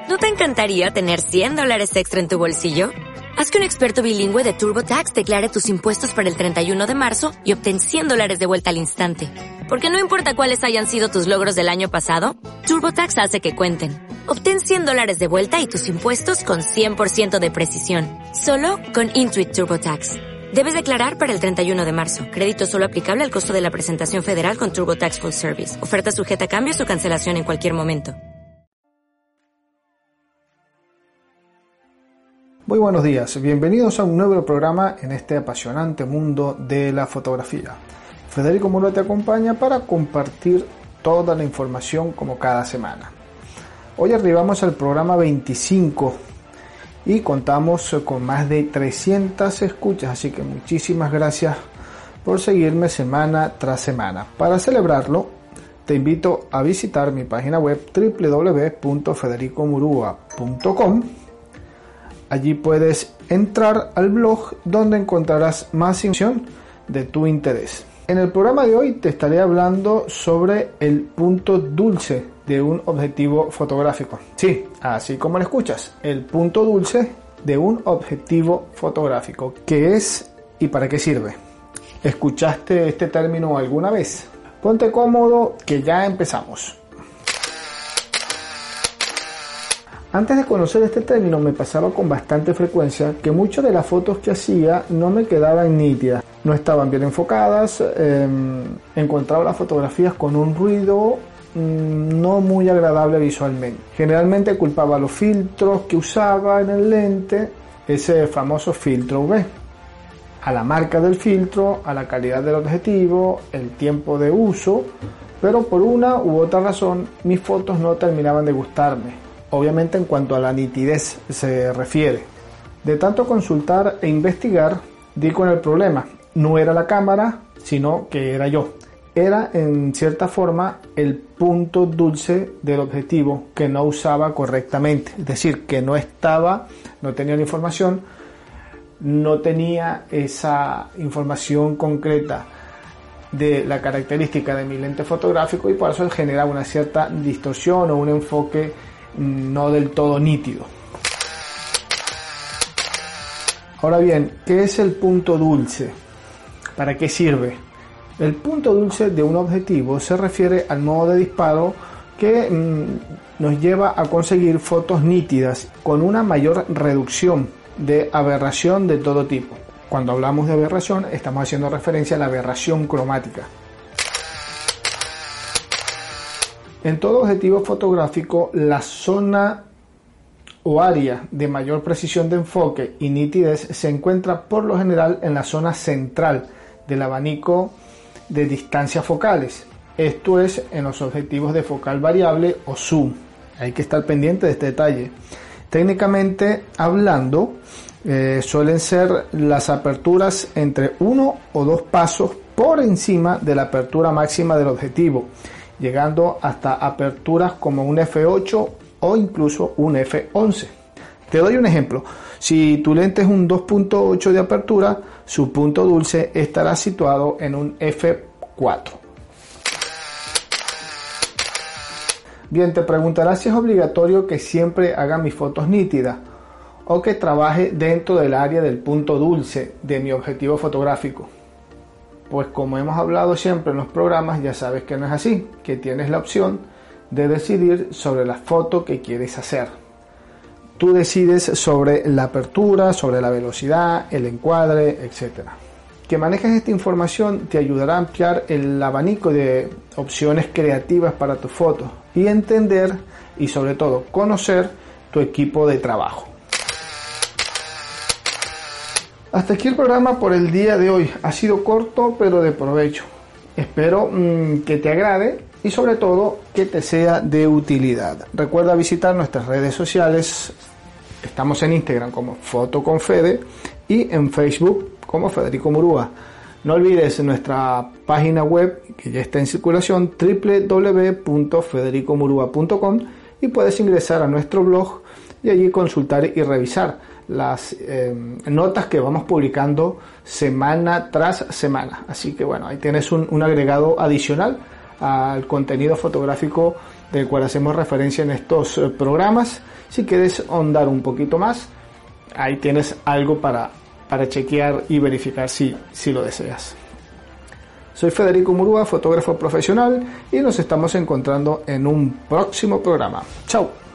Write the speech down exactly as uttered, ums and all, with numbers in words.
¿No te encantaría tener cien dólares extra en tu bolsillo? Haz que un experto bilingüe de TurboTax declare tus impuestos para el treinta y uno de marzo y obtén cien dólares de vuelta al instante. Porque no importa cuáles hayan sido tus logros del año pasado, TurboTax hace que cuenten. Obtén cien dólares de vuelta y tus impuestos con cien por ciento de precisión. Solo con Intuit TurboTax. Debes declarar para el treinta y uno de marzo. Crédito solo aplicable al costo de la presentación federal con TurboTax Full Service. Oferta sujeta a cambios o cancelación en cualquier momento. Muy buenos días, bienvenidos a un nuevo programa en este apasionante mundo de la fotografía. Federico Murúa te acompaña para compartir toda la información como cada semana. Hoy arribamos al programa veinticinco y contamos con más de trescientas escuchas, así que muchísimas gracias por seguirme semana tras semana. Para celebrarlo, te invito a visitar mi página web doble u doble u doble u punto federico murúa punto com. Allí puedes entrar al blog donde encontrarás más información de tu interés. En el programa de hoy te estaré hablando sobre el punto dulce de un objetivo fotográfico. Sí, así como lo escuchas, el punto dulce de un objetivo fotográfico. ¿Qué es y para qué sirve? ¿Escuchaste este término alguna vez? Ponte cómodo que ya empezamos. Antes de conocer este término me pasaba con bastante frecuencia que muchas de las fotos que hacía no me quedaban nítidas, no estaban bien enfocadas, eh, encontraba las fotografías con un ruido mm, no muy agradable visualmente. Generalmente culpaba los filtros que usaba en el lente, ese famoso filtro U V, a la marca del filtro, a la calidad del objetivo, el tiempo de uso, pero por una u otra razón mis fotos no terminaban de gustarme. Obviamente en cuanto a la nitidez se refiere. De tanto consultar e investigar, di con el problema. No era la cámara, sino que era yo. Era en cierta forma el punto dulce del objetivo que no usaba correctamente. Es decir, que no estaba, no tenía la información, no tenía esa información concreta de la característica de mi lente fotográfico y por eso generaba una cierta distorsión o un enfoque no del todo nítido. Ahora bien, ¿qué es el punto dulce? ¿Para qué sirve? El punto dulce de un objetivo se refiere al modo de disparo que mmm, nos lleva a conseguir fotos nítidas con una mayor reducción de aberración de todo tipo. Cuando hablamos de aberración estamos haciendo referencia a la aberración cromática. En todo objetivo fotográfico, la zona o área de mayor precisión de enfoque y nitidez se encuentra por lo general en la zona central del abanico de distancias focales. Esto es en los objetivos de focal variable o zoom. Hay que estar pendiente de este detalle. Técnicamente hablando, eh, suelen ser las aperturas entre uno o dos pasos por encima de la apertura máxima del objetivo, llegando hasta aperturas como un efe ocho o incluso un efe once. Te doy un ejemplo. Si tu lente es un dos punto ocho de apertura, su punto dulce estará situado en un efe cuatro. Bien, te preguntarás si es obligatorio que siempre haga mis fotos nítidas o que trabaje dentro del área del punto dulce de mi objetivo fotográfico. Pues como hemos hablado siempre en los programas, ya sabes que no es así, que tienes la opción de decidir sobre la foto que quieres hacer. Tú decides sobre la apertura, sobre la velocidad, el encuadre, etcétera. Que manejes esta información te ayudará a ampliar el abanico de opciones creativas para tus fotos y entender y sobre todo conocer tu equipo de trabajo. Hasta aquí el programa por el día de hoy. Ha sido corto pero de provecho. Espero mmm, que te agrade y sobre todo que te sea de utilidad. Recuerda visitar nuestras redes sociales. Estamos en Instagram como Fotoconfede y en Facebook como Federico Murúa. No olvides nuestra página web que ya está en circulación, doble u doble u doble u punto federico murúa punto com, y puedes ingresar a nuestro blog y allí consultar y revisar las eh, notas que vamos publicando semana tras semana. Así que bueno, ahí tienes un, un agregado adicional al contenido fotográfico del cual hacemos referencia en estos eh, programas. Si quieres ahondar un poquito más, ahí tienes algo para, para chequear y verificar si, si lo deseas. Soy Federico Murúa, fotógrafo profesional, y nos estamos encontrando en un próximo programa. Chao.